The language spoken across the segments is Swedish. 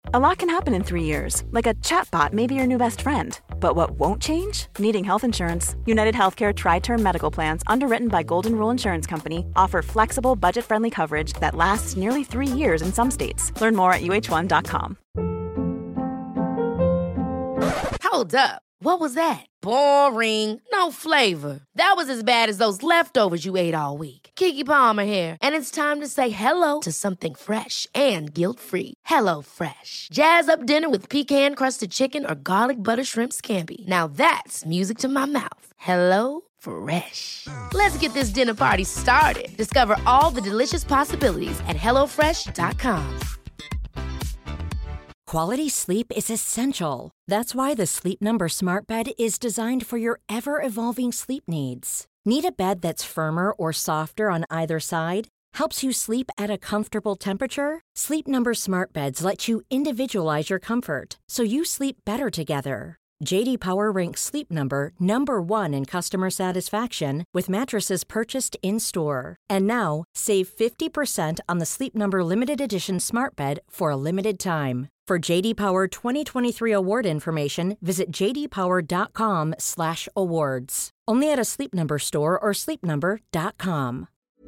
A lot can happen in 3 years, like a chatbot may be your new best friend. But what won't change? Needing health insurance. United Healthcare Tri-Term Medical Plans, underwritten by Golden Rule Insurance Company, offer flexible, budget-friendly coverage that lasts nearly 3 years in some states. Learn more at uh1.com. Hold up. What was that? Boring. No flavor. That was as bad as those leftovers you ate all week. Keke Palmer here, and it's time to say hello to something fresh and guilt-free. Hello Fresh. Jazz up dinner with pecan-crusted chicken or garlic butter shrimp scampi. Now that's music to my mouth. Hello Fresh. Let's get this dinner party started. Discover all the delicious possibilities at hellofresh.com. Quality sleep is essential. That's why the Sleep Number Smart Bed is designed for your ever-evolving sleep needs. Need a bed that's firmer or softer on either side? Helps you sleep at a comfortable temperature? Sleep Number Smart Beds let you individualize your comfort, so you sleep better together. J.D. Power ranks Sleep Number #1 in customer satisfaction with mattresses purchased in-store. And now, save 50% on the Sleep Number Limited Edition Smart Bed for a limited time. For J.D. Power 2023 award information, visit jdpower.com/awards. Only at a Sleep Number store or sleepnumber.com.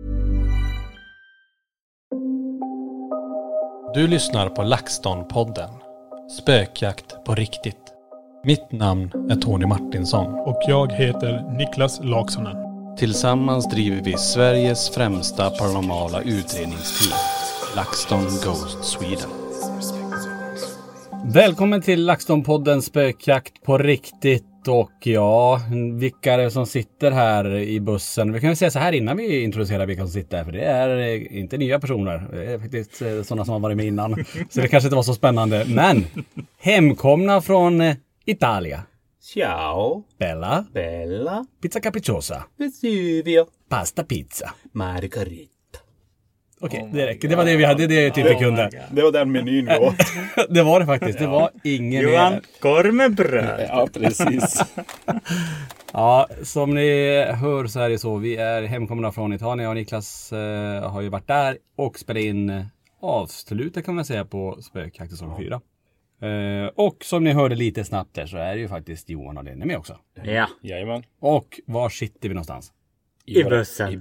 Du lyssnar på LaxTon-podden. Spökjakt på riktigt. Mitt namn är Tony Martinsson. Och jag heter Niklas Laksonen. Tillsammans driver vi Sveriges främsta paranormala utredningsteam, LaxTon Ghost Sweden. Välkommen till LaxTon-podden Spökjakt på riktigt. Och ja, vilka är det som sitter här i bussen? Vi kan ju säga så här innan vi introducerar vilka som sitter här, för det är inte nya personer. Det är faktiskt sådana som har varit med innan. Så det kanske inte var så spännande. Men hemkomna från Italien. Ciao. Bella. Bella. Pizza capricciosa. Vesuvio. Pasta pizza. Margarita. Okej, det räcker. Det var det vi hade, det är typ vi kunde. Det var den menyn då. Det var det faktiskt. Det var ingen Johan, mer. korv med bröd. Ja, precis. Ja, som ni hör så är det så. Vi är hemkomna från Italien och Niklas har ju varit där och spelat in avslutet kan man säga på Spökjakt säsong 4. Och som ni hörde lite snabbt där så är det ju faktiskt Johan och Lenny med också. Ja. Jajamän. Och var sitter vi någonstans? I bussen.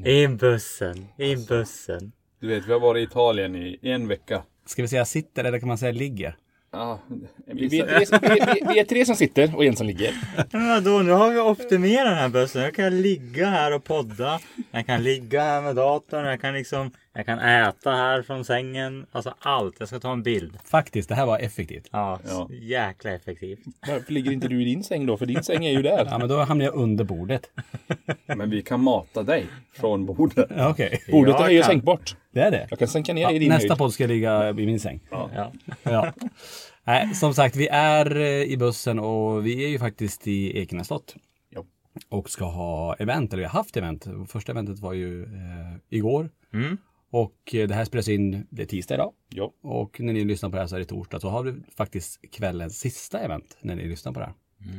I bussen. Du vet, vi har varit i Italien i en vecka. Ska vi säga sitter eller kan man säga ligger? Ja, vi är 3 som sitter och en som ligger. Ja, då, nu har vi optimerat den här bussen. Jag kan ligga här och podda. Jag kan ligga här med datorn. Jag kan äta här från sängen. Alltså allt. Jag ska ta en bild. Faktiskt, det här var effektivt. Ja. Jäkla effektivt. Varför ligger inte du i din säng då? För din säng är ju där. Ja, men då hamnar jag under bordet. Men vi kan mata dig från bordet. Ja, okej. Bordet är ju sänkbart. Det är det. Jag kan sänka ner i din nästa höjd. podd ska jag ligga i min säng. Ja. Nej, som sagt, vi är i bussen och vi är ju faktiskt i Ekenäs slott. Ja. Och ska ha event, eller vi har haft event. Första eventet var ju igår. Mm. Och det här spelas in, det är tisdag idag. Ja. Och när ni lyssnar på det här så är det torsdag. Så har vi faktiskt kvällens sista event när ni lyssnar på det här.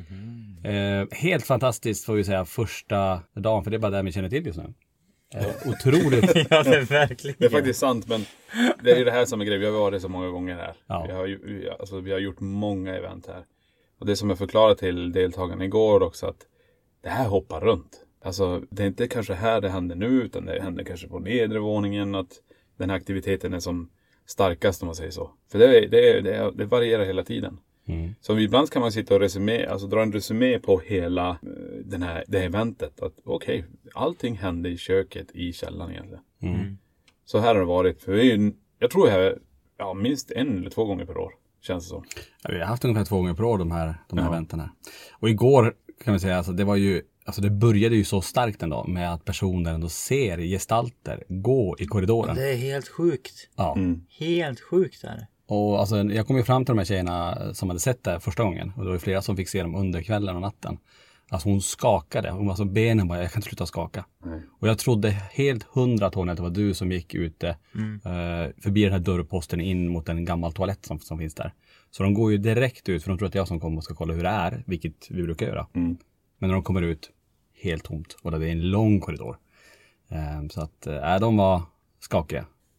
Helt fantastiskt får vi säga första dagen, för det är bara det vi känner till just nu. Otroligt. Ja, det är verkligen. Det är faktiskt sant, men det är ju det här som är grejen. Vi har varit så många gånger här. Ja. Vi har gjort många event här. Och det som jag förklarade till deltagarna igår också, att det här hoppar runt. Alltså, det är inte kanske här det händer nu, utan det händer kanske på nedre våningen, att den här aktiviteten är som starkast om man säger så. För det varierar hela tiden. Mm. Så ibland kan man sitta och dra en resumé på hela det här eventet. Att okej, allting hände i köket i källaren egentligen. Mm. Så här har det varit. För jag tror minst 1 eller 2 gånger per år, känns det så. Ja, vi har haft ungefär 2 gånger per år de här eventen här. Och igår kan vi säga, alltså, det började ju så starkt ändå med att personer ändå ser gestalter gå i korridoren. Det är helt sjukt. Ja. Mm. Helt sjukt är det. Och alltså, jag kom ju fram till de här tjejerna som hade sett det första gången. Och det var ju flera som fick se dem under kvällen och natten. Alltså hon skakade. Hon var så benen bara, jag kan inte sluta skaka. Nej. Och jag trodde helt 100 Tony att det var du som gick ute förbi den här dörrposten in mot en gammal toalett som finns där. Så de går ju direkt ut, för de tror att jag som kommer och ska kolla hur det är, vilket vi brukar göra. Mm. Men när de kommer ut, helt tomt. Och det är en lång korridor. Så att de var skakiga.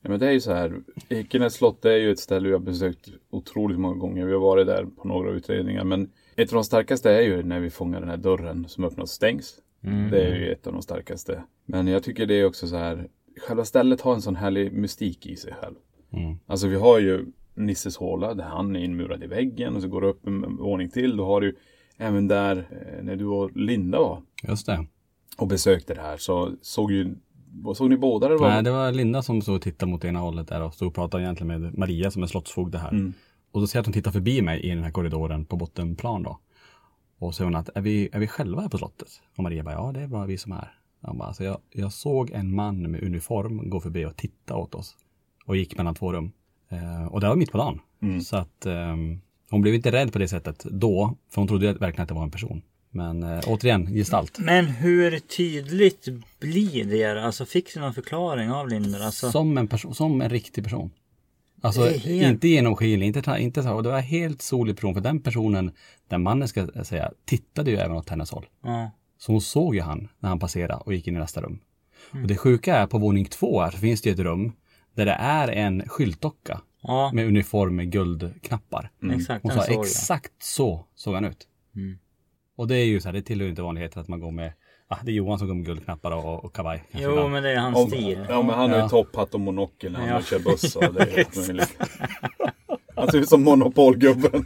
Ja, men det är ju så här. Ekenäs slott är ju ett ställe vi har besökt otroligt många gånger. Vi har varit där på några utredningar. Men ett av de starkaste är ju när vi fångar den här dörren som öppnas och stängs. Det är ju ett av de starkaste. Men jag tycker det är också så här. Själva stället har en sån härlig mystik i sig själv. Alltså vi har ju Nisses håla där han är inmurad i väggen. Och så går det upp en våning till. Då har du även där när du och Linda var. Just det. Och besökte det här så såg ni båda det? Nej, det var Linda som stod och tittade mot ena hållet där och stod och pratade egentligen med Maria som är slottsfogde här. Och då ser jag att hon tittar förbi mig i den här korridoren på bottenplan då. Och så säger hon att är vi själva här på slottet? Och Maria bara, ja det är bara vi som är här. Alltså jag såg en man med uniform gå förbi och titta åt oss. Och gick mellan 2 rum. Och det var mitt på dagen. Så att hon blev inte rädd på det sättet då. För hon trodde verkligen att det var en person. Men återigen, gestalt. Men hur tydligt blir det? Alltså fick du någon förklaring av Linda? Alltså... Som en riktig person. Alltså inte genomskinlig, inte så. Och det var helt solig person. För den personen, den mannen ska säga, tittade ju även åt hennes håll. Så hon såg ju han när han passerade och gick in i nästa rum. Och det sjuka är på våning 2 här så finns det ett rum där det är en skyltdocka med uniform med guldknappar. Hon sa exakt så såg han ut. Och det är ju så här, det tillhör inte vanligheten att man går med, det är Johan som går med guldknappar och kavaj. Jo, men det är hans stil. Ja, men han har ju topphatt och monokel när han kör buss och det är möjligt. Han ser ut som monopolgubben.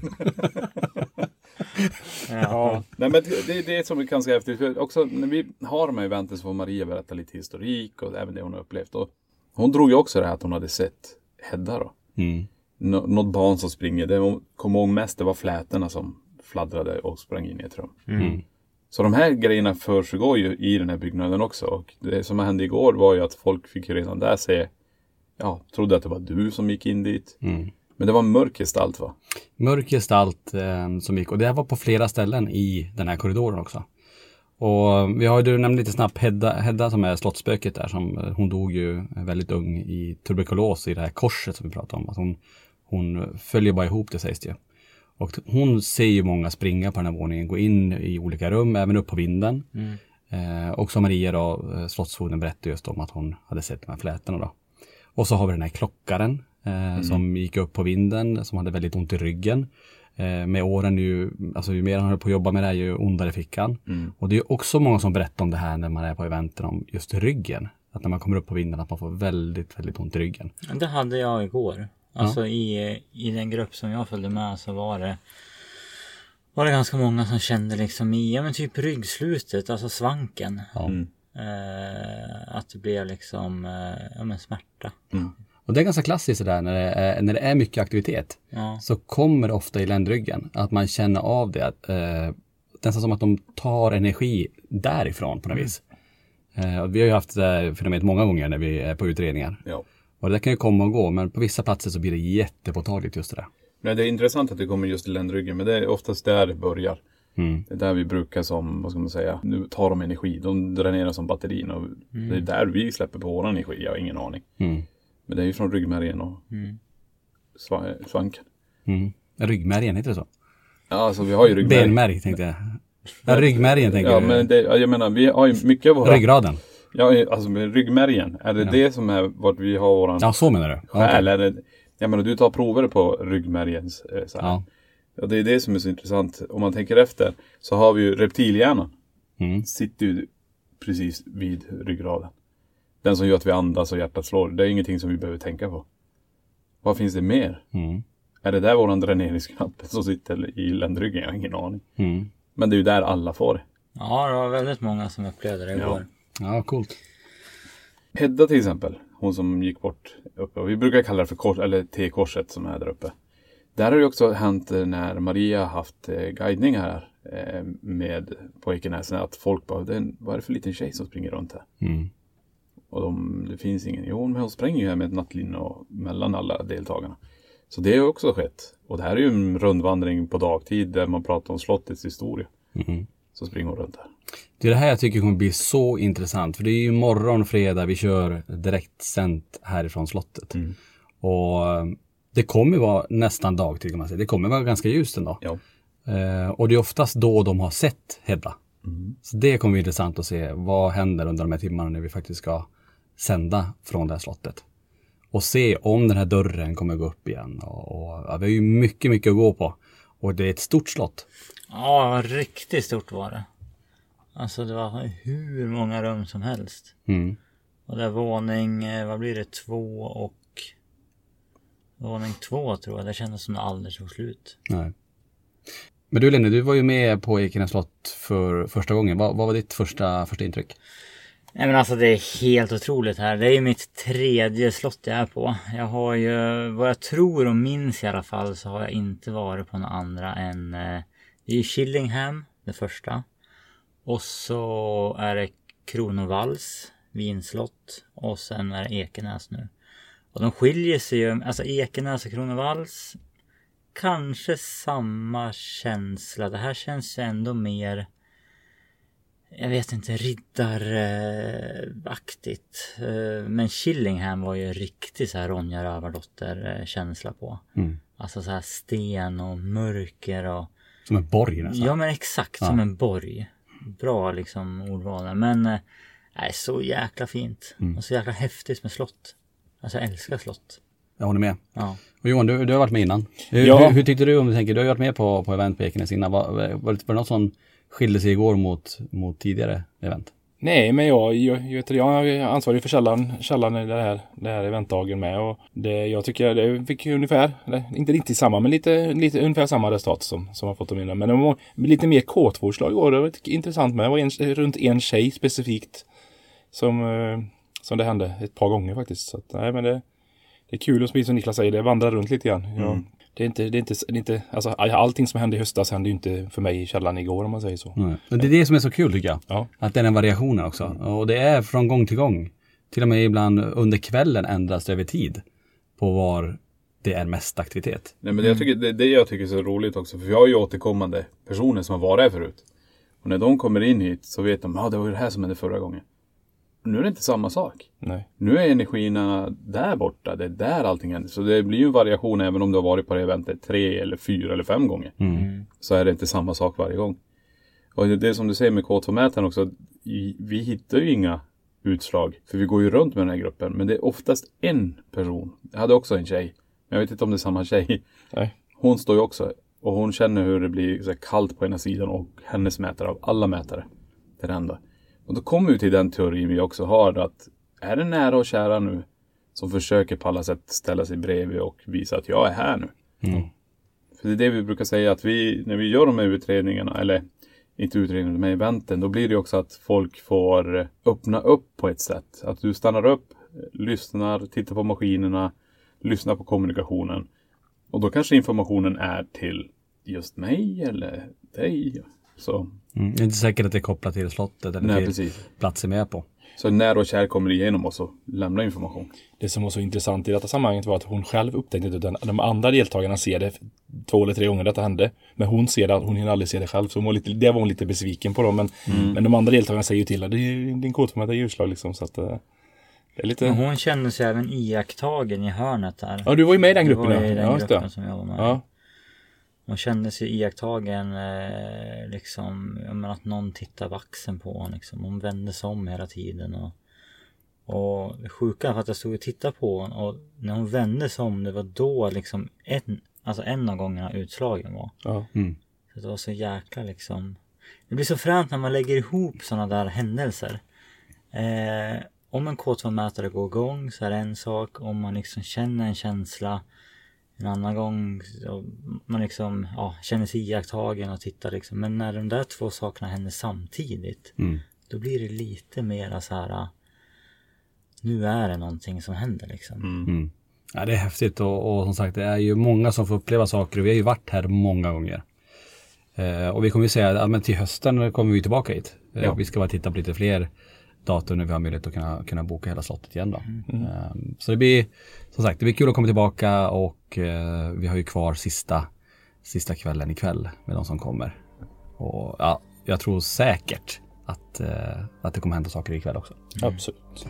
Nej, men det är som vi kan säga efter. För också när vi har de här eventen så får Maria berätta lite historik och även det hon har upplevt. Och hon drog ju också det här att hon hade sett Hedda då. Något barn som springer. Det hon kom ihåg mest, det var flätorna som fladdrade och sprang in i ett rum. Så de här grejerna försiggår ju i den här byggnaden också. Och det som hände igår var ju att folk fick ju redan där se, trodde att det var du som gick in dit. Men det var en mörk gestalt, va? Mörk gestalt som gick. Och det här var på flera ställen i den här korridoren också. Och vi har ju nämnt lite snabbt Hedda som är slottsspöket där. Hon dog ju väldigt ung i tuberkulos i det här korset som vi pratade om. Att hon följer bara ihop, det sägs det ju. Och hon ser ju många springa på den här våningen, gå in i olika rum, även upp på vinden. Och som Maria då, slottsfogden berättade just om att hon hade sett de här flätorna då. Och så har vi den här klockaren som gick upp på vinden, som hade väldigt ont i ryggen. Med åren ju mer han höll på att jobba med det här, ju ondare fick han. Och det är också många som berättar om det här när man är på eventen om just ryggen. Att när man kommer upp på vinden att man får väldigt, väldigt ont i ryggen. Det hade jag igår. Alltså i den grupp som jag följde med så var det ganska många som kände liksom men typ ryggslutet, alltså svanken. Att det blev liksom smärta. Och det är ganska klassiskt det där när det är mycket aktivitet. Så kommer det ofta i ländryggen att man känner av det. Nästan som att de tar energi därifrån på något vis. Vi har ju haft det fenomenet många gånger när vi är på utredningar. Och det kan ju komma och gå, men på vissa platser så blir det jättepåtagligt just det där. Nej, det är intressant att det kommer just i ländryggen, men det är oftast där det börjar. Det är där vi brukar som, vad ska man säga, nu tar de energi, de dränerar som batterin och det är där vi släpper på vår energi, jag har ingen aning. Men det är ju från ryggmärgen och svanken. Ryggmärgen, heter det så? Ja, alltså vi har ju ryggmärgen. Benmärg tänkte jag. Ja, ryggmärgen tänker jag. Ja, men jag menar, vi har ju mycket av våra... Ryggraden. Ja, alltså med ryggmärgen. Är det det som är vart vi har våran... Ja, så menar du. Själ, eller... Jag menar, du tar prover på ryggmärgens så här. Och det är det som är så intressant. Om man tänker efter så har vi ju reptilhjärnan. Sitter ju precis vid ryggraden. Den som gör att vi andas och hjärtat slår. Det är ingenting som vi behöver tänka på. Vad finns det mer? Är det där våran dräneringsknapp som sitter i ländryggen? Jag har ingen aning. Men det är ju där alla får det. Ja, det var väldigt många som upplevde det igår. Ja, coolt. Hedda till exempel, hon som gick bort uppe. Och vi brukar kalla det för eller T-korset som är där uppe. Där har det också hänt när Maria haft guidning här på Ekenäsen. Att folk bara, vad är det för liten tjej som springer runt här? Och det finns ingen. Jo, men hon springer ju här med ett nattlinne mellan alla deltagarna. Så det har också skett. Och det här är ju en rundvandring på dagtid där man pratar om slottets historia. Så springer hon runt här. Det är det här jag tycker kommer bli så intressant. För det är ju imorgon fredag vi kör direkt sänt härifrån slottet. Och det kommer vara nästan dagtid kan man säga. Det kommer vara ganska ljust ändå. Och det är oftast då de har sett Hedda. Så det kommer bli intressant att se vad händer under de här timmarna när vi faktiskt ska sända från det här slottet. och se om den här dörren kommer gå upp igen. Och vi har ju mycket att gå på. Och det är ett stort slott. Ja, riktigt stort var det. Alltså det var hur många rum som helst. Mm. Och det är våning, vad blir det, 2 och... Våning 2 tror jag, det kändes som det aldrig tog slut. Nej. Men du Lenny, du var ju med på Ekenäs slott för första gången. Vad var ditt första intryck? Nej men alltså det är helt otroligt här. Det är ju mitt 3:e slott jag är på. Jag har ju, vad jag tror och minns i alla fall, så har jag inte varit på några andra än det är Chillingham, det första. Och så är det Kronovalls, Vinslott. Och sen är det Ekenäs nu. Och de skiljer sig ju, alltså Ekenäs och Kronovalls, kanske samma känsla. Det här känns ju ändå mer, jag vet inte, riddaraktigt. Men Chillingham var ju riktigt så här Ronja Rövardotter känsla på. Mm. Alltså så här sten och mörker och... Som en borg nästan. Ja men exakt, som en borg. Bra liksom ordval. Men nej, så jäkla fint. Och så jäkla häftigt med slott. Alltså jag älskar slott. Jag håller med. Ja. Och Johan, du har varit med innan. Hur tyckte du, om du tänker, du har ju varit med på event på Ekenäs innan. Var det något som skilde sig igår mot tidigare event? Nej, men jag är ansvarig för källan i det här eventdagen med. Och jag tycker det fick ungefär, inte riktigt samma, men lite ungefär samma resultat som har fått dem innan. Men det var lite mer K2-slag igår. Det var intressant med. Det var runt en tjej specifikt som det hände ett par gånger faktiskt. Så att, nej, men det är kul, och som Niklas säger, det vandrar runt lite grann. Det är inte alltså, allting som hände i höstas hände ju inte för mig i källan igår, om man säger så. Nej. Men det är det som är så kul tycker jag. Ja. Att det är den variationen också. Och det är från gång till gång. Till och med ibland under kvällen ändras det över tid på var det är mest aktivitet. Nej, men jag tycker är så roligt också. För vi har ju återkommande personer som har varit här förut. Och när de kommer in hit så vet de, det var det här som hände förra gången. Nu är det inte samma sak. Nej. Nu är energierna där borta. Det är där allting händer. Så det blir ju en variation även om du har varit på det eventet 3 eller 4 eller 5 gånger. Så är det inte samma sak varje gång. Och det är som du säger med K2-mätaren också. Vi hittar ju inga utslag. För vi går ju runt med den här gruppen. Men det är oftast en person. Jag hade också en tjej. Men jag vet inte om det är samma tjej. Nej. Hon står ju också. Och hon känner hur det blir så här kallt på ena sidan. Och hennes mätare av alla mätare. Det är det enda. Och då kommer vi till den teorin vi också har, att är det nära och kära nu som försöker på alla sätt ställa sig bredvid och visa att jag är här nu. För det är det vi brukar säga, att när vi gör de här utredningarna, eller inte utredningarna, med eventen, då blir det också att folk får öppna upp på ett sätt. Att du stannar upp, lyssnar, tittar på maskinerna, lyssnar på kommunikationen. Och då kanske informationen är till just mig eller dig. Så. Det är inte säkert att det är kopplat till slottet eller till platsen vi är på. Så när och kär kommer igenom oss och lämnar information. Det som var så intressant i detta sammanhanget var att hon själv upptäckte det. De andra deltagarna ser det 2 eller 3 gånger detta hände. Men hon ser det, hon hinner aldrig se det själv. Så det var hon lite besviken på dem. Men de andra deltagarna säger ju till att det är din kodformata ljusslag liksom. Så att det är lite... Men hon känner sig även iakttagen i hörnet där. Ja, du var ju med i den gruppen. Du var i den gruppen som jag var med. Ja. Hon kände sig iakttagen liksom, jag menar att någon tittar vaxen på hon liksom. Hon vände sig om hela tiden och det sjuka för att jag stod och tittade på hon, och när hon vände sig om, det var då liksom en av gångerna utslagen var. Ja. Så det var så jäkla liksom, det blir så fränt när man lägger ihop sådana där händelser. Om en K2-mätare går igång så är det en sak, om man liksom känner en känsla. En annan gång man liksom känner sig iakttagen och tittar liksom. Men när de där 2 sakerna händer samtidigt, då blir det lite mer så här, nu är det någonting som händer liksom. Ja, det är häftigt och som sagt, det är ju många som får uppleva saker, och vi har ju varit här många gånger. Och vi kommer ju säga att till hösten kommer vi tillbaka hit. Vi ska bara titta på lite fler datum när vi har möjlighet att kunna boka hela slottet igen då. Så det blir, som sagt, det blir kul att komma tillbaka, och vi har ju kvar sista kvällen ikväll med de som kommer. Och ja, jag tror säkert att det kommer hända saker ikväll också. Absolut.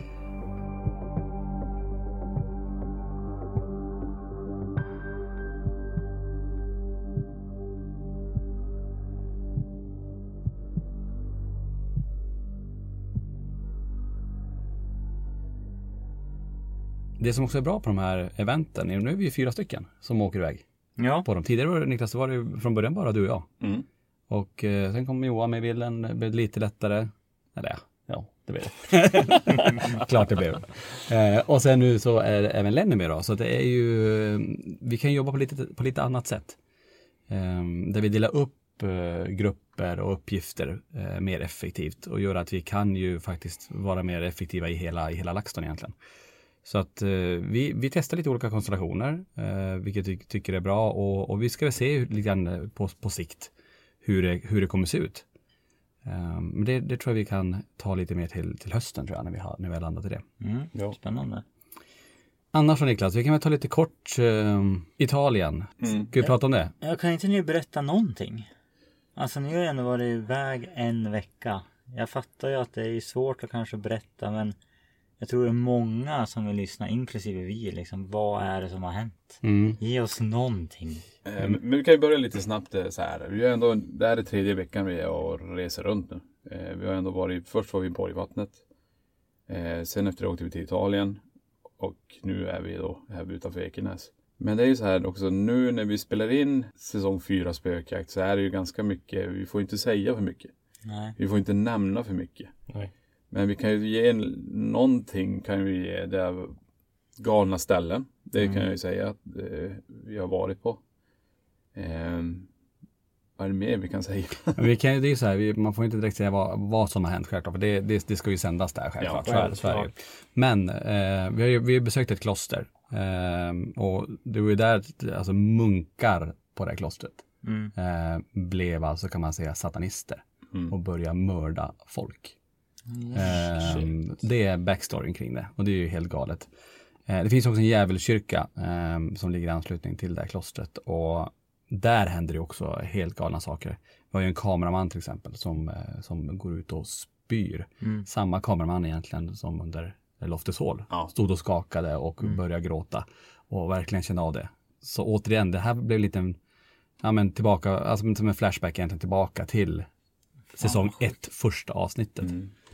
Det som också är bra på de här eventen, nu är vi 4 stycken som åker iväg. Ja. På dem. Tidigare var det, Niklas, var det från början bara du och jag. Mm. Och sen kom Johan med i bilden, det blev lite lättare. Eller ja, det blev det. Klart det blev. Och sen nu så är det även Lenny med då. Så det är ju, vi kan jobba på lite annat sätt. Där vi delar upp grupper och uppgifter mer effektivt. Och gör att vi kan ju faktiskt vara mer effektiva i hela LaxTon egentligen. Så att vi testar lite olika konstellationer, vilket vi tycker är bra. Och vi ska väl se lite grann på sikt hur det kommer se ut. Men det tror jag vi kan ta lite mer till hösten, tror jag, när vi har landat i det. Ja. Spännande. Annars då, Niklas, vi kan väl ta lite kort Italien. Ska vi prata om det? Jag kan inte ni berätta någonting? Alltså ni har ju ändå varit iväg en vecka. Jag fattar ju att det är svårt att kanske berätta, men jag tror det är många som vill lyssna, inklusive vi. Liksom, vad är det som har hänt? Ge oss någonting. Men vi kan ju börja lite snabbt så här. Vi har ändå, det här är 3:e veckan vi är och reser runt nu. Vi har ändå varit, först var vi i Borgvattnet. Sen efter det åkte vi till Italien. Och nu är vi då här utanför Ekenäs. Men det är ju så här också, nu när vi spelar in säsong 4 spökjakt så är det ju ganska mycket, vi får inte säga för mycket. Nej. Vi får inte nämna för mycket. Nej. Men vi kan ju ge någonting, kan vi ge det galna ställen. Det kan jag ju säga att vi har varit på. Vad är det mer vi kan säga? Det är ju så här, man får inte direkt säga vad som har hänt självklart. För det ska ju sändas där självklart. Ja, så är det. Men vi har besökt ett kloster. Och det var ju där alltså, munkar på det här klostret blev alltså, kan man säga, satanister. Och började mörda folk. Det är backstoryn kring det. Och det är ju helt galet. Det finns också en djävulskyrka som ligger i anslutning till det här klostret. Och där händer det också helt galna saker. Vi har ju en kameraman till exempel som går ut och spyr. Samma kameraman egentligen som under Loftus Hall. Stod och skakade och började gråta. Och verkligen känna av det. Så återigen, det här blev lite tillbaka, alltså som en flashback egentligen tillbaka till säsong 1, första avsnittet.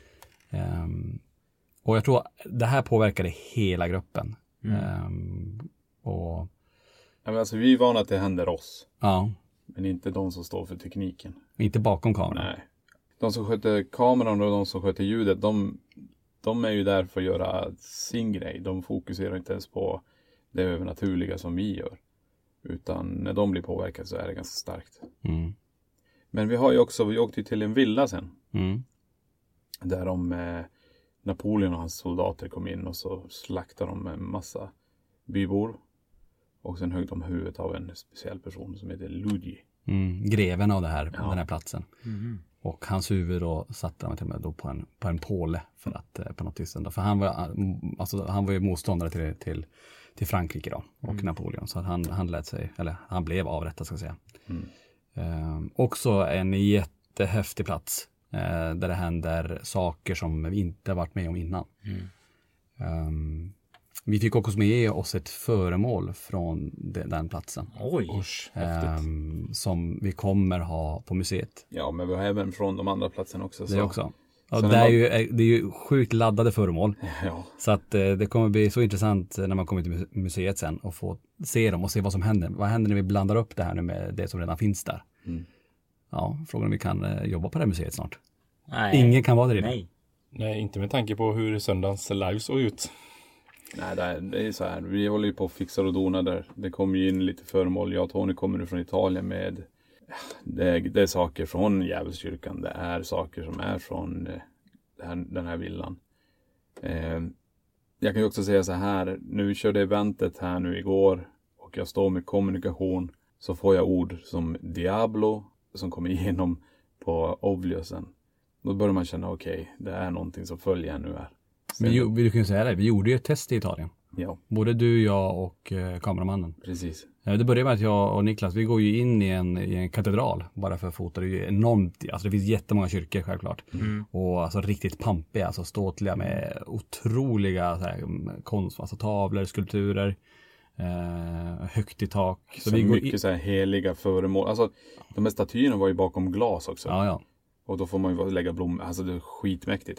Och jag tror det här påverkade hela gruppen. Och alltså, vi är vana att det händer oss. ja. Men inte de som står för tekniken. Inte bakom kameran. Nej. De som sköter kameran och de som sköter ljudet, de är ju där för att göra sin grej. De fokuserar inte ens på det övernaturliga som vi gör. Utan när de blir påverkade så är det ganska starkt. Men vi åkte till en villa sen. Där Napoleon och hans soldater kom in och så slaktade de en massa bybor. Och sen högg de huvudet av en speciell person som heter Luigi. Greven av den här platsen. Och hans huvud då satte de till och med då på en påle för att på något vis. För han var ju motståndare till Frankrike då och Napoleon. Så att han blev avrättad, ska jag säga. Också en jättehäftig plats där det händer saker som vi inte varit med om innan. Vi fick också med oss ett föremål från den platsen. Oj, som vi kommer ha på museet. Ja, men vi har även från de andra platserna också. Det också. Och det är ju sjukt laddade föremål. Ja. Så att det kommer bli så intressant när man kommer till museet sen och få se dem och se vad som händer. Vad händer när vi blandar upp det här nu med det som redan finns där? Ja, frågan om vi kan jobba på det här museet snart. Nej. Ingen kan vara där inne. Nej, inte med tanke på hur söndagens live såg ut. Nej, det är så här. Vi håller ju på att fixa och dona där. Det kommer ju in lite föremål. Jag och Tony kommer nu från Italien med... Det är saker från djävulskyrkan. Det är saker som är från den här villan. Jag kan ju också säga så här. Nu vi körde eventet här nu igår. Och jag står med kommunikation. Så får jag ord som Diablo. Som kommer igenom på Ovliusen. Då börjar man känna okej, det är någonting som följer nu här. Du kan ju säga det, vi gjorde ju ett test i Italien. Ja. Både du, jag och kameramannen. Precis. Det började med att jag och Niklas, vi går ju in i en katedral bara för att fota. Det är ju enormt, alltså det finns jättemånga kyrkor självklart. Och alltså riktigt pampiga, alltså ståtliga med otroliga så här, konst, alltså tavlor, skulpturer, högt i tak. Så vi går mycket så här heliga föremål. Alltså de här statyerna var ju bakom glas också. Ja. Och då får man ju lägga blommor. Alltså det är skitmäktigt här.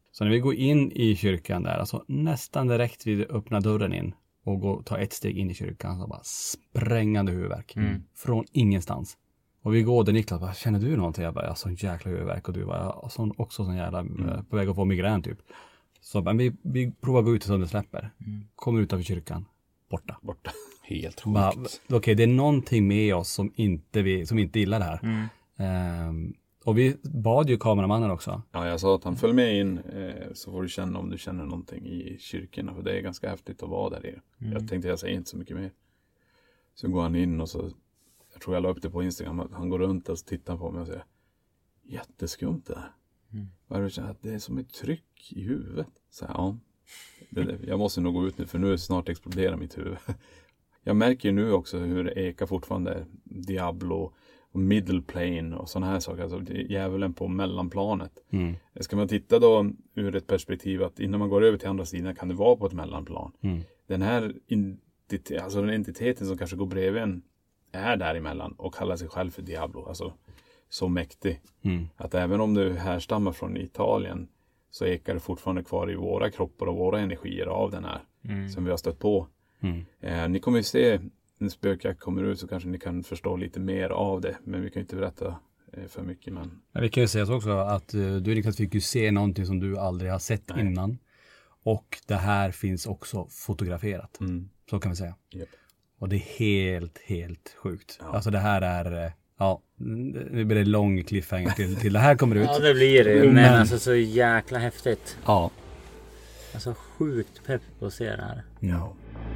Så när vi går in i kyrkan där, alltså nästan direkt vid öppna dörren in och tar ett steg in i kyrkan, så bara sprängande huvudvärk. Från ingenstans. Och vi går där, Niklas bara, känner du någonting? Jag bara, jag har sån jäkla huvudvärk. Och du bara, också sån jävla på väg att få migrän typ. Så men vi provar att gå ut så det släpper. Kommer utanför kyrkan. Borta. Helt sjukt. Okej, det är någonting med oss som inte gillar det här. Och vi bad ju kameramannen också. Ja, jag sa att han följ med in så får du känna om du känner någonting i kyrkorna. För det är ganska häftigt att vara där i. Jag tänkte jag säger inte så mycket mer. Så går han in och så, jag tror jag la upp det på Instagram. Han går runt och tittar på mig och säger, jätteskumt det här. Vad du känner att det är som ett tryck i huvudet. Så ja, jag måste nog gå ut nu för nu snart exploderar mitt huvud. Jag märker ju nu också hur det ekar fortfarande Diablo och middle plane och sådana här saker. Alltså djävulen på mellanplanet. Ska man titta då ur ett perspektiv att innan man går över till andra sidan kan det vara på ett mellanplan. Den här alltså den entiteten som kanske går bredvid en är däremellan och kallar sig själv för Diablo. Alltså så mäktig. Att även om du härstammar från Italien så ekar det fortfarande kvar i våra kroppar och våra energier av den här som vi har stött på. Ni kommer ju se när spökjakt kommer ut så kanske ni kan förstå lite mer av det. Men vi kan ju inte berätta för mycket. Men vi kan ju säga också att du Niklas fick ju se någonting som du aldrig har sett innan. Och det här finns också fotograferat. Så kan vi säga. Yep. Och det är helt sjukt. Ja. Alltså det här är... Ja, det blir en lång cliffhanger till det här kommer ut. Ja, det blir det. Men alltså så jäkla häftigt. Ja. Alltså sjukt pepp på att se det här. Ja.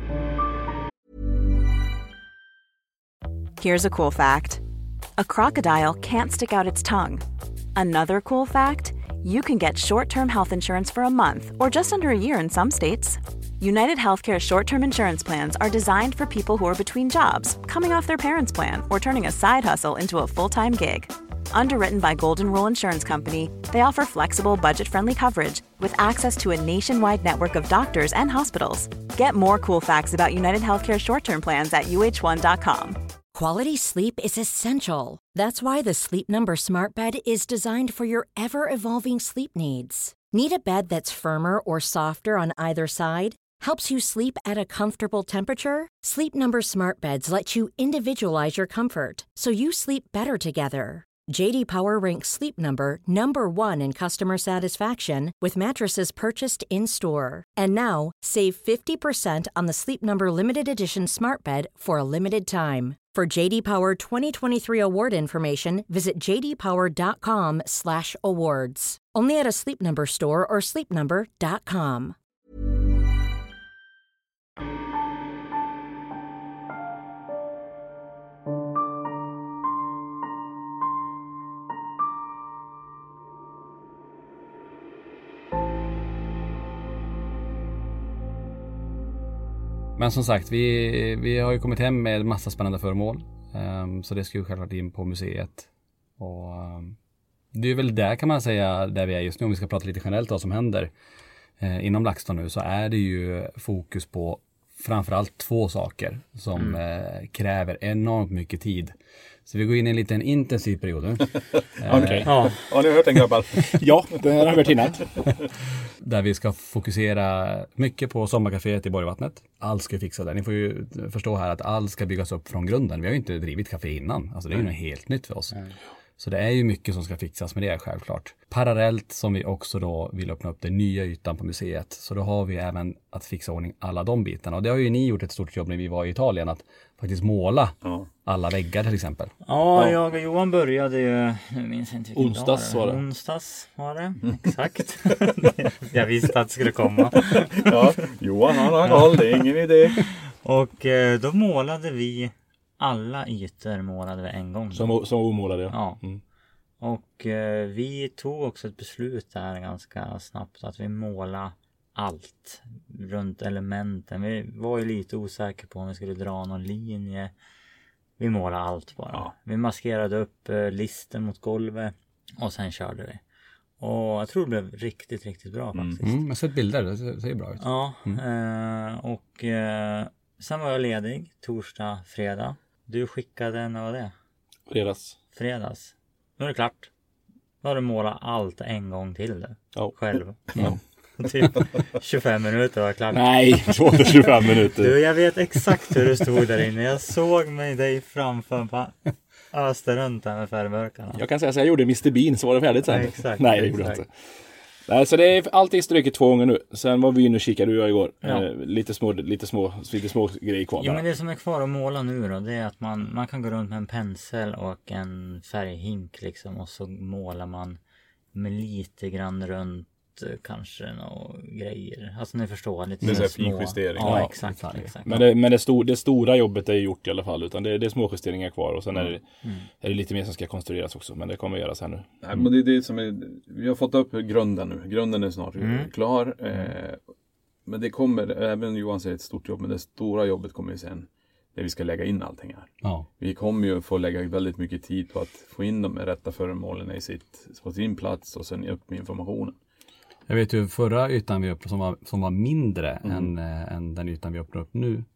Here's a cool fact. A crocodile can't stick out its tongue. Another cool fact, you can get short-term health insurance for a month or just under a year in some states. United Healthcare short-term insurance plans are designed for people who are between jobs, coming off their parents' plan, or turning a side hustle into a full-time gig. Underwritten by Golden Rule Insurance Company, they offer flexible, budget-friendly coverage with access to a nationwide network of doctors and hospitals. Get more cool facts about United Healthcare short-term plans at uh1.com. Quality sleep is essential. That's why the Sleep Number Smart Bed is designed for your ever-evolving sleep needs. Need a bed that's firmer or softer on either side? Helps you sleep at a comfortable temperature? Sleep Number Smart Beds let you individualize your comfort so you sleep better together. JD Power ranks Sleep Number #1 in customer satisfaction with mattresses purchased in-store. And now, save 50% on the Sleep Number Limited Edition Smart Bed for a limited time. For JD Power 2023 award information, visit jdpower.com/awards. Only at a Sleep Number store or sleepnumber.com. Men som sagt, vi har ju kommit hem med massa spännande föremål. Så det ska ju självklart in på museet. Och det är väl där kan man säga, där vi är just nu, om vi ska prata lite generellt vad som händer inom LaxTon nu, så är det ju fokus på framförallt 2 saker som kräver enormt mycket tid. Så vi går in i en liten intensiv period nu. Okej. Ja, ni har hört den grabbar. Ja, det har jag hört innan. Där vi ska fokusera mycket på sommarkaféet i Borgvattnet. Allt ska fixa där. Ni får ju förstå här att allt ska byggas upp från grunden. Vi har ju inte drivit kafé innan. Alltså det är ju något helt nytt för oss. Så det är ju mycket som ska fixas med det självklart. Parallellt som vi också då vill öppna upp den nya ytan på museet. Så då har vi även att fixa ordning alla de bitarna. Och det har ju ni gjort ett stort jobb när vi var i Italien. Att faktiskt måla alla väggar till exempel. Ja, jag och Johan började ju, nu minns jag inte vilken onsdags dag var det. Onsdags var det, exakt. Jag visste att det skulle komma. Ja, Johan han har koll, det är ingen idé. Och då målade vi alla ytor målade vi en gång. Som omålade, ja. Och vi tog också ett beslut där ganska snabbt att vi målade allt runt elementen. Vi var ju lite osäkra på om vi skulle dra någon linje. Vi målade allt bara. Ja. Vi maskerade upp listen mot golvet och sen körde vi. Och jag tror det blev riktigt, riktigt bra faktiskt. Jag har sett bilder, det ser bra ut. Ja, och sen var jag ledig torsdag, fredag. Du skickade, när var det? Fredags. Nu är det klart. Då har du målat allt en gång till det. Ja. Själv. Ja. Typ 25 minuter var klart. Nej, det var inte 25 minuter. Du, jag vet exakt hur du stod där inne. Jag såg mig dig framför på öster runt här med färgburkarna. Jag kan säga så jag gjorde Mr. Bean så var det färdigt sen. Ja, exakt, Nej, det gjorde jag inte. Nej, så det är alltid struket 2 gånger nu. Sen var vi inne och kikade du och jag igår. Ja. Lite små grejer kvar. Jo, men det som är kvar att måla nu då, det är att man kan gå runt med en pensel och en färghink liksom, och så målar man med lite grann runt kanske några grejer. Alltså ni förstår, lite det är små. finjustering. Ja, exakt. Men det stora jobbet är gjort i alla fall, utan det är små justeringar kvar och sen är det lite mer som ska konstrueras också, men det kommer göras här nu. Nej, men det är det som är, vi har fått upp grunden nu. Grunden är snart klar. Men det kommer, även Johan säger ett stort jobb, men det stora jobbet kommer ju sen där vi ska lägga in allting här. Ja. Vi kommer ju få lägga väldigt mycket tid på att få in de rätta föremålen på sin plats och sen upp med informationen. Jag vet ju förra ytan vi öppnade som var mindre än den ytan vi öppnar upp nu.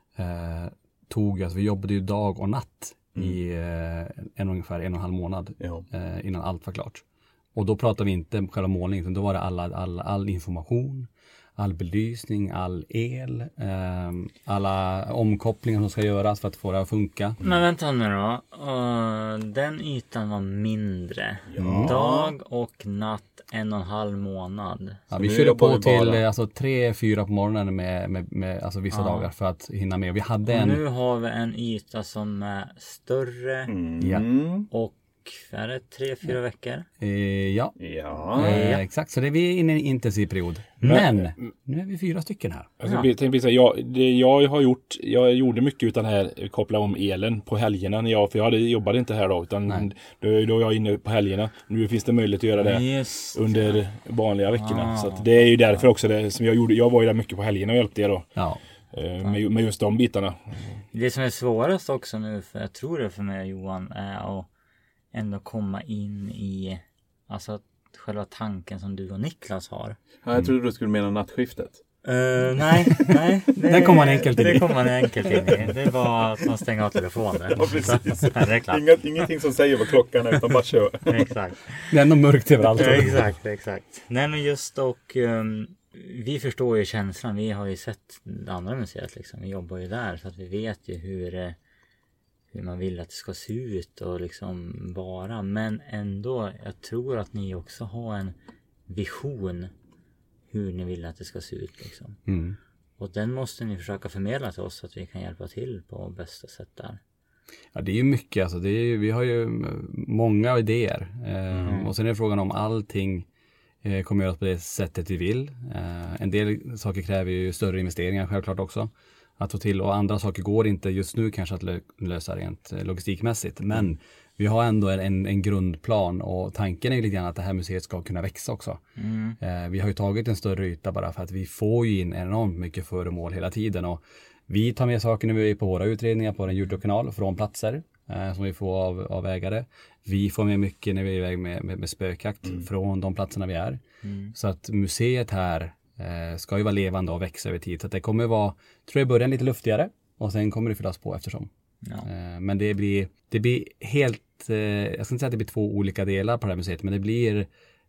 Vi jobbade ju dag och natt i ungefär 1,5 månad innan allt var klart. Och då pratade vi inte om själva målningen, utan då var det all information, all belysning, all el, alla omkopplingar som ska göras för att få det att funka. Men vänta nu då. Den ytan var mindre. Dag och natt 1,5 månad. Ja, vi körde på till 3-4 på morgonen med alltså vissa dagar för att hinna med. Vi hade nu har vi en yta som är större och är det 3-4 veckor? Exakt. Så det är vi inne i en intensiv period. Men nu är vi 4 stycken här. Jag gjorde mycket utan här, koppla om elen på helgerna för jag jobbade inte här då, utan då är jag inne på helgerna. Nu finns det möjlighet att göra det under vanliga veckorna. Så att det är ju därför också det som jag gjorde. Jag var ju där mycket på helgerna och hjälpte er då. Ja. Med just de bitarna. Det som är svårast också nu, för jag tror det för mig och Johan, är att ändå komma in i alltså själva tanken som du och Niklas har. Ja, jag trodde du skulle mena nattskiftet. Nej. Den kom man enkelt in i. Det kom man enkelt in i. Det var att man stänger av telefonen. Ja, precis. Det är klart. Ingenting som säger vad klockan är, utan bara kör. Exakt. Det är ändå mörkt överallt. Exakt. Nej, men just vi förstår ju känslan. Vi har ju sett det andra museet liksom. Vi jobbar ju där, så att vi vet ju hur man vill att det ska se ut och liksom vara. Men ändå, jag tror att ni också har en vision hur ni vill att det ska se ut liksom. Och den måste ni försöka förmedla till oss så att vi kan hjälpa till på bästa sätt där. Ja, det är ju mycket alltså. Vi har ju många idéer. Och sen är frågan om allting kommer göras på det sättet vi vill. En del saker kräver ju större investeringar självklart också. Att få till, och andra saker går inte just nu kanske att lösa rent logistikmässigt. Men vi har ändå en grundplan, och tanken är ju lite grann att det här museet ska kunna växa också. Vi har ju tagit en större yta bara för att vi får ju in enormt mycket föremål hela tiden. Och vi tar med saker när vi är på våra utredningar på den YouTube-kanal från platser som vi får av ägare. Vi får med mycket när vi är iväg med spökjakt från de platserna vi är. Så att museet här ska ju vara levande och växa över tid. Så att det kommer vara, tror jag, i början lite luftigare och sen kommer det fyllas på eftersom. Men det blir helt, jag ska inte säga att det blir 2 olika delar på det här museet, men det blir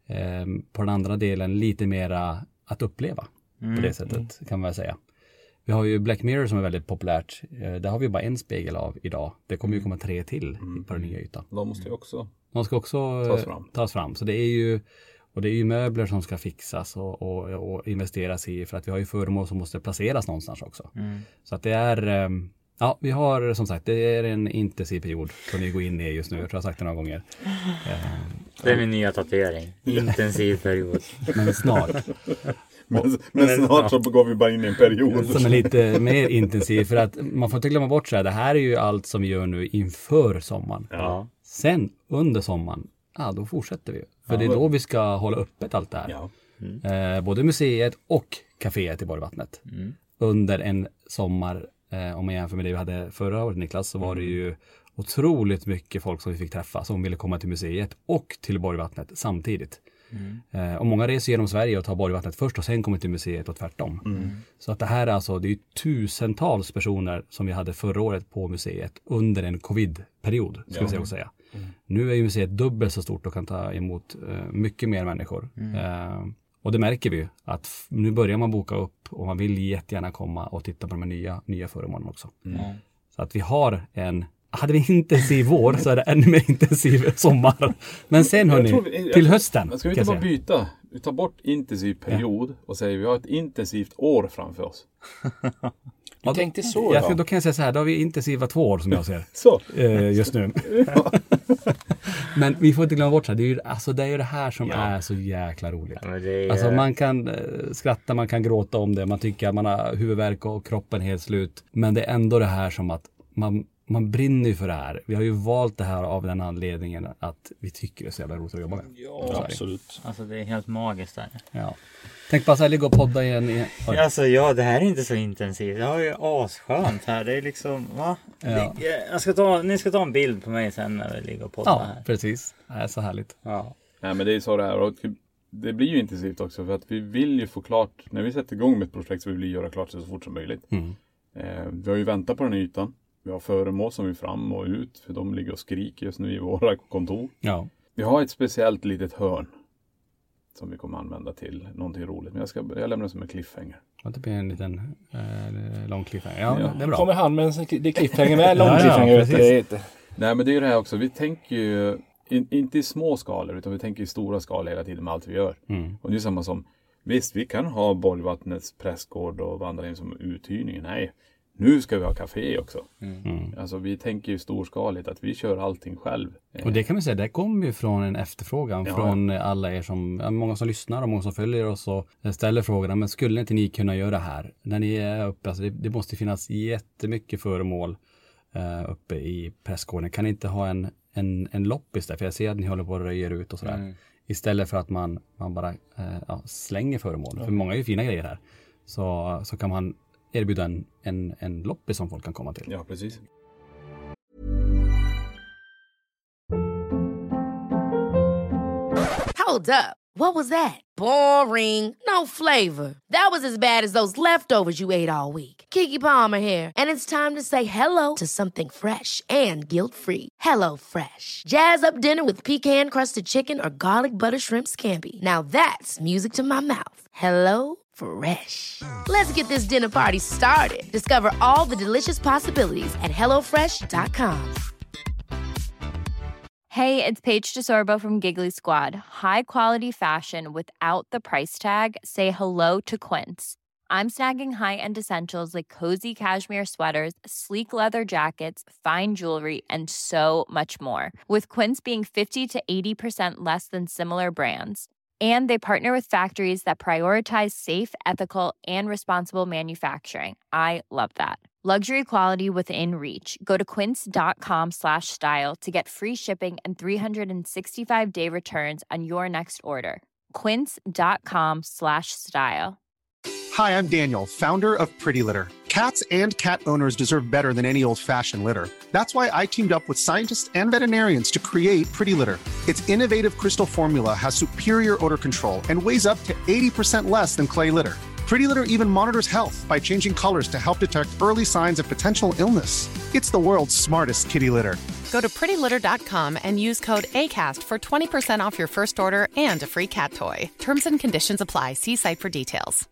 på den andra delen lite mera att uppleva på det sättet kan man väl säga. Vi har ju Black Mirror som är väldigt populärt. Där har vi bara en spegel av idag. Det kommer ju komma 3 till på den nya ytan. De ska också tas fram. Så det är ju möbler som ska fixas och investeras i, för att vi har ju föremål som måste placeras någonstans också. Så att det är, vi har som sagt, det är en intensiv period som vi går in i just nu. Jag tror jag har sagt det några gånger. Det är min nya tatuering. Intensiv period. Men snart. Men snart så går vi bara in i en period som är lite mer intensiv, för att man får inte glömma bort så här, det här är ju allt som vi gör nu inför sommaren. Sen under sommaren, då fortsätter vi. För det är då vi ska hålla öppet allt det här. Både museet och kaféet i Borgvattnet. Under en sommar, om man jämför med det vi hade förra året, Niklas, så var det ju otroligt mycket folk som vi fick träffa som ville komma till museet och till Borgvattnet samtidigt. Och många reser genom Sverige och tar Borgvattnet först och sen kommer till museet och tvärtom. Så att det här alltså, det är tusentals personer som vi hade förra året på museet under en covid-period, skulle jag säga. Nu är ju museet dubbelt så stort och kan ta emot mycket mer människor. Och det märker vi ju att nu börjar man boka upp och man vill jättegärna komma och titta på de här nya föremålen också. Så att vi har hade vi intensiv vår så är det ännu mer intensiv sommar. Men sen hörni, till hösten. Ska vi inte bara byta? Vi tar bort intensiv period och säger vi har ett intensivt år framför oss. Jag tänkte så. Ja, då kan jag säga så här, då har vi intensiva 2 år som jag ser. Så. Just nu. Men vi får inte glömma bort så här, det är ju det här som är så jäkla roligt. Ja, alltså man kan skratta, man kan gråta om det, man tycker att man har huvudvärk och kroppen helt slut. Men det är ändå det här som att man brinner ju för det här. Vi har ju valt det här av den anledningen att vi tycker det är så jävla roligt att jobba med. Ja, absolut. Alltså det är helt magiskt där. Ja. Tänk bara så här, ligga och podda igen. Alltså det här är inte så intensivt. Det har ju asskönt här. Det är liksom, va? Ja. Ni ska ta en bild på mig sen när vi ligger och poddar här. Ja, precis. Det är så härligt. Ja. Nej, men det är så det är. Och det blir ju intensivt också för att vi vill ju få klart, när vi sätter igång med ett projekt så vill vi göra klart det så fort som möjligt. Vi har ju väntat på den ytan. Vi har föremål som vill fram och ut. För de ligger och skriker just nu i våra kontor. Ja. Vi har ett speciellt litet hörn. Som vi kommer använda till någonting roligt. Men jag lämnar det som en cliffhanger. Det blir en liten lång cliffhanger. Ja, det är bra. Kommer han med en cliffhanger med lång cliffhanger? Nej, men det är ju det här också. Vi tänker ju inte i små skalor. Utan vi tänker i stora skalor hela tiden med allt vi gör. Och det är samma som, visst vi kan ha Borgvattnets prästgård och vandra in som uthyrning. Nej. Nu ska vi ha café också. Alltså vi tänker ju storskaligt att vi kör allting själv. Och det kan man säga, det kommer ju från en efterfrågan från alla er som, många som lyssnar och många som följer oss och ställer frågorna. Men skulle inte ni kunna göra det här? När ni är uppe, alltså det måste finnas jättemycket föremål uppe i prästgården. Kan ni inte ha en loppis där? För jag ser att ni håller på att röja ut och sådär. Istället för att man bara slänger föremål. För många är ju fina grejer här. Så kan man erbjuda en loppis som folk kan komma till. Ja, precis. Hold up. What was that? Boring. No flavor. That was as bad as those leftovers you ate all week. Keke Palmer here, and it's time to say hello to something fresh and guilt-free. Hello Fresh. Jazz up dinner with pecan-crusted chicken or garlic butter shrimp scampi. Now that's music to my mouth. Hello Fresh. Let's get this dinner party started. Discover all the delicious possibilities at hellofresh.com. Hey, it's Paige DeSorbo from Giggly Squad. High quality fashion without the price tag. Say hello to Quince. I'm snagging high-end essentials like cozy cashmere sweaters, sleek leather jackets, fine jewelry, and so much more. With Quince being 50 to 80% less than similar brands. And they partner with factories that prioritize safe, ethical, and responsible manufacturing. I love that. Luxury quality within reach. Go to quince.com/style to get free shipping and 365-day returns on your next order. Quince.com/style. Hi, I'm Daniel, founder of Pretty Litter. Cats and cat owners deserve better than any old-fashioned litter. That's why I teamed up with scientists and veterinarians to create Pretty Litter. Its innovative crystal formula has superior odor control and weighs up to 80% less than clay litter. Pretty Litter even monitors health by changing colors to help detect early signs of potential illness. It's the world's smartest kitty litter. Go to prettylitter.com and use code ACAST for 20% off your first order and a free cat toy. Terms and conditions apply. See site for details.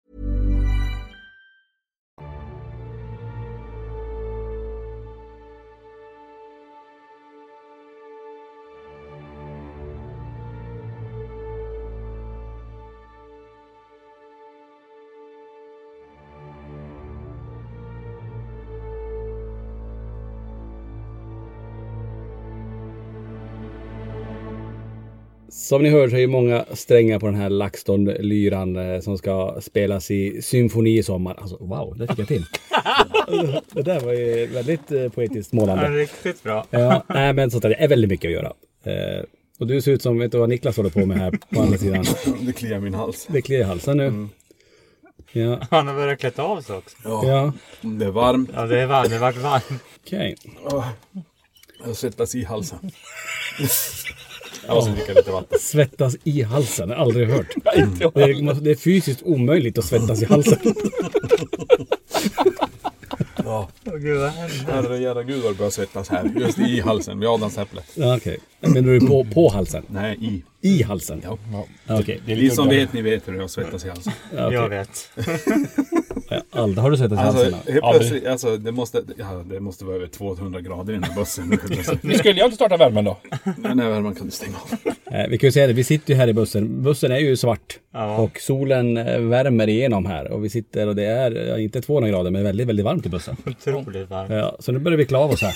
Som ni hör så är ju många strängar på den här LaxTon-lyran som ska spelas i symfoni i sommar. Alltså wow, det fick jag till. Det där var ju väldigt poetiskt målande. Ja, riktigt bra. Ja, nej, men sånt där, det är väldigt mycket att göra. Och du ser ut som, vet du vad Niklas håller på med här på andra sidan? Det kliar min hals. Det kliar i halsen nu. Ja. Han har börjat klätt av sig också. Ja. Det är varmt. Ja, det är varmt. Det har varit varmt. Okej. Jag svettas i halsen. Jag måste dricka lite vatten. Svettas i halsen, jag har aldrig hört. Det är fysiskt omöjligt att svettas i halsen. Ja. Gud, vad händer? Herregud vad det börjar svettas här. Just i halsen, vid adamsäpplet. Ja, okej. Men du är på halsen? Nej, I halsen? Ja. Okej. Ni som vet, ni vet hur jag svettas i halsen. Ja, okay. Jag vet. Aldrig har du svettats i halsen? Helt plötsligt, alltså, det måste vara över 200 grader i den här bussen. Nu skulle jag inte starta värmen då. Men nej, värmen kan du stänga av. Vi kan ju säga det, vi sitter ju här i bussen. Bussen är ju svart. Ja. Och solen värmer igenom här. Och vi sitter och det är inte 200 grader men väldigt, väldigt varmt i bussen. Otroligt varmt. Ja, så nu börjar vi klä av oss här.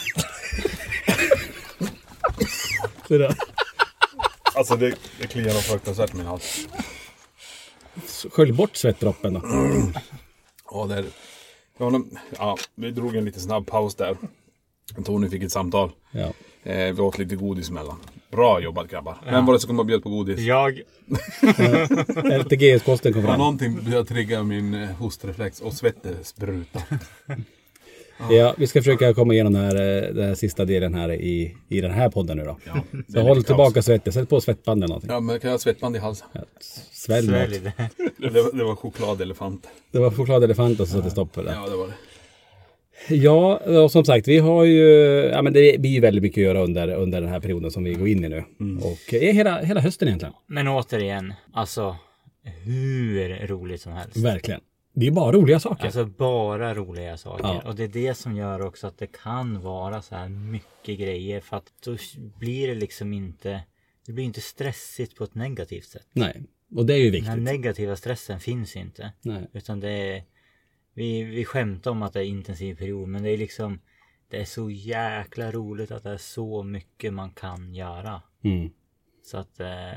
Så där. Alltså det kliar nog fruktansvärt min hals. Skölj bort svettdroppen då. Ja, vi drog en lite snabb paus där. Tony fick ett samtal. Ja. Vi åt lite godis emellan. Bra jobbat grabbar. Vem var det som kom och bjöd på godis? Jag. Efter GS-kosten kom fram. Någonting började trigga min hostreflex och svettespruta. Ja, vi ska försöka komma igenom den här sista delen här i den här podden nu då. Ja, så håll tillbaka svettet, sätt på svettband eller någonting. Ja, men kan jag ha svettband i halsen? Ja, svälj något. Det var chokladelefant. Det var chokladelefant och så satte stopp för det. Ja, det var det. Ja, och som sagt, vi har ju, ja men det blir ju väldigt mycket att göra under den här perioden som vi går in i nu. Och hela hösten egentligen. Men återigen, alltså hur roligt som helst. Verkligen. Det är bara roliga saker. Alltså bara roliga saker. Ja. Och det är det som gör också att det kan vara så här mycket grejer. För att då blir det liksom inte, det blir inte stressigt på ett negativt sätt. Nej, och det är ju viktigt. Den här negativa stressen finns inte. Nej. Utan det är, vi skämtar om att det är intensiv period. Men det är liksom, det är så jäkla roligt att det är så mycket man kan göra. Så att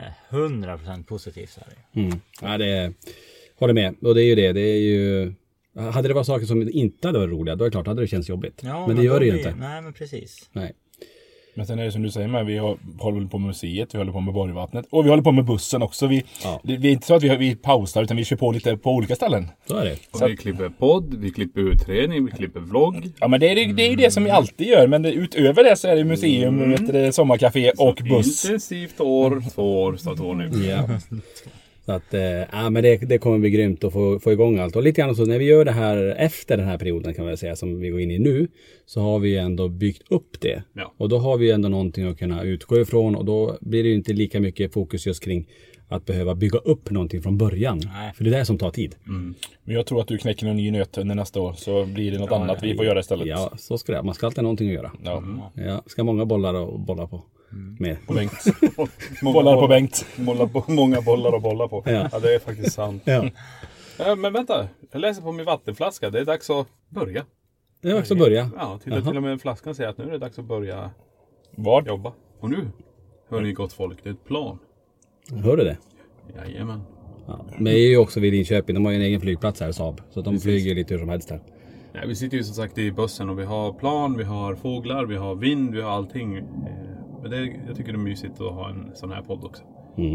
100% positivt är det. Ja, det är, håller med. Och det är ju det. Det är ju, hade det varit saker som inte hade varit roliga, då är det klart hade det känts jobbigt. Ja, men det gör det ju inte. Nej, men precis. Nej. Men sen är det som du säger med, vi håller på med museet, vi håller på med Borgvattnet och vi håller på med bussen också. Vi är inte så att vi pausar utan vi kör på lite på olika ställen. Så är det. Så vi klipper podd, vi klipper utredning, vi klipper vlogg. Ja, men det är ju det som vi alltid gör. Men utöver det så är det museum, sommarcafé och buss. Intensivt år, 2 år, står 2 nu. Ja. Så att, men det kommer bli grymt att få igång allt. Och lite grann så när vi gör det här efter den här perioden kan man säga som vi går in i nu, så har vi ändå byggt upp det. Ja. Och då har vi ändå någonting att kunna utgå ifrån och då blir det ju inte lika mycket fokus just kring att behöva bygga upp någonting från början. Nej. För det är det som tar tid. Men jag tror att du knäcker en ny nöt under nästa år så blir det något annat vi får göra istället. Ja, så ska det. Man ska alltid ha någonting att göra. Ja, ska många bollar och bolla på. Med. På Bengt. Bollar på Bengt. Många bollar och bolla på. Ja, det är faktiskt sant. Ja. Men vänta, jag läser på min vattenflaska. Det är dags att börja. Det är dags att börja? Ja, till och med flaskan säger att nu är det dags att börja jobba. Och nu, hör ni gott folk, det är ett plan. Hör du det? Jajamän. Ja. Men det är ju också vid Linköping, de har ju en egen flygplats här, Saab. Så de flyger lite hur som helst här. Ja, vi sitter ju som sagt i bussen och vi har plan, vi har fåglar, vi har vind, vi har allting. Men jag tycker det är mysigt att ha en sån här podd också.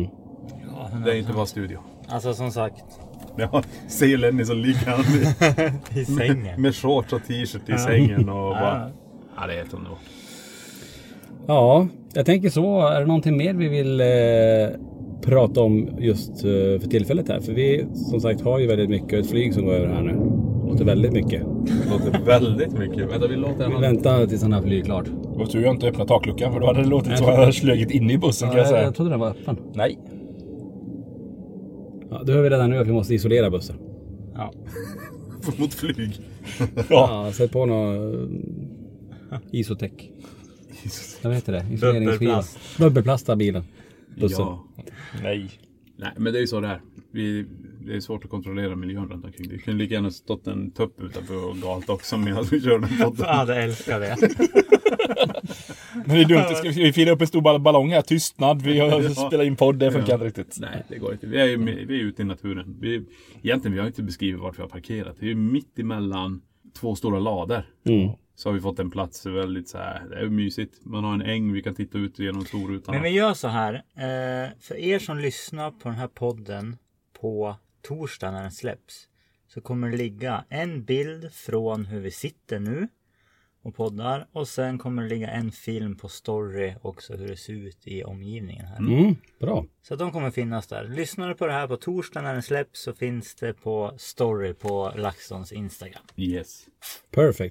Ja, det är inte bara studio. Alltså som sagt. Ja, ser Lenny så ligger han i sängen. Med shorts och t-shirt i sängen och bara... Ja, det är helt underbart. Ja, jag tänker så. Är det någonting mer vi vill prata om just för tillfället här? För vi som sagt har ju väldigt mycket ett flyg som går över här nu. Det låter väldigt mycket. Vi väntar tills den här flyg klart. Och tur jag inte öppnat takluckan för då hade det låtit så att jag slögit inne i bussen kan jag säga. Jag trodde den var öppen. Nej. Ja, då hör vi redan nu att vi måste isolera bussen. Ja. Mot flyg. Ja, sätt på någon isotech. Vad heter det? Bubbelplast. Bubbelplasta bilen. Bussen. Ja. Nej, men det är ju så det är. Det är svårt att kontrollera miljön runt omkring. Det kunde lika gärna stått en tupp utanför och galt också medan vi kör den podden. Ja, det älskar det. Men det är dumt. Ska vi fira upp en stor ballong här? Tystnad. Vi spelar in podd. Det funkar inte riktigt. Nej, det går inte. Vi är ute i naturen. Egentligen vi har inte beskrivit vart vi har parkerat. Det är mitt emellan 2 stora lader. Så har vi fått en plats väldigt så här. Det är mysigt. Man har en äng vi kan titta ut genom storrutan. Men vi gör så här. För er som lyssnar på den här podden på torsdag när den släpps, så kommer det ligga en bild från hur vi sitter nu och poddar, och sen kommer det ligga en film på story också hur det ser ut i omgivningen här. Bra. Så de kommer finnas där. Lyssnar du på det här på torsdag när den släpps så finns det på story på LaxTons Instagram. Yes. Perfect.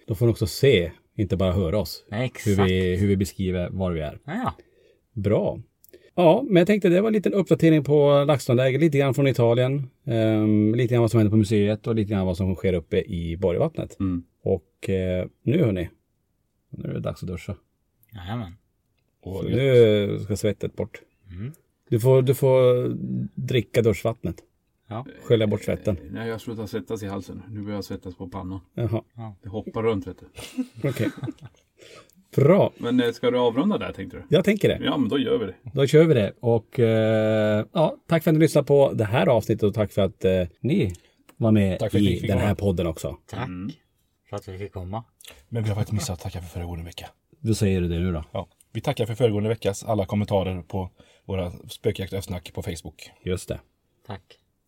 Då får ni också se, inte bara höra oss. Nej, exakt. Hur vi beskriver var vi är. Ja. Bra. Ja, men jag tänkte det var en liten uppdatering på LaxTon-läget. Lite grann från Italien. Lite grann vad som händer på museet och lite grann vad som sker uppe i Borgvattnet. Och nu hörni. Nu är det dags att duscha. Jajamän. Och nu ska svettet bort. Du får dricka duschvattnet. Ja. Skölja bort svetten. Nej, jag slutar svettas i halsen. Nu börjar jag svettas på pannan. Jaha. Det hoppar runt, vet du. Okej. Bra. Men ska du avrunda där, tänkte du? Jag tänker det. Ja, men då gör vi det. Då kör vi det. Och tack för att ni lyssnade på det här avsnittet och tack för att ni var med i den här podden också. Tack för att vi fick komma. Men vi har faktiskt missat att tacka för föregående vecka. Då säger du det nu då. Ja, vi tackar för föregående veckas alla kommentarer på våra spökjakt och snack på Facebook. Just det. Tack.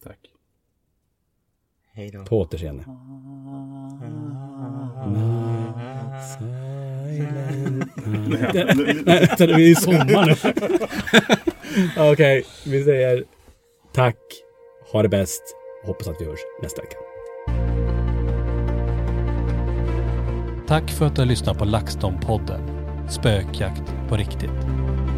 Hej då. På återseende. Det är ju sommar nu. Okej, vi säger tack. Ha det bäst. Hoppas att vi hörs nästa vecka. Tack för att du har lyssnat på LaxTon-podden. Spökjakt på riktigt.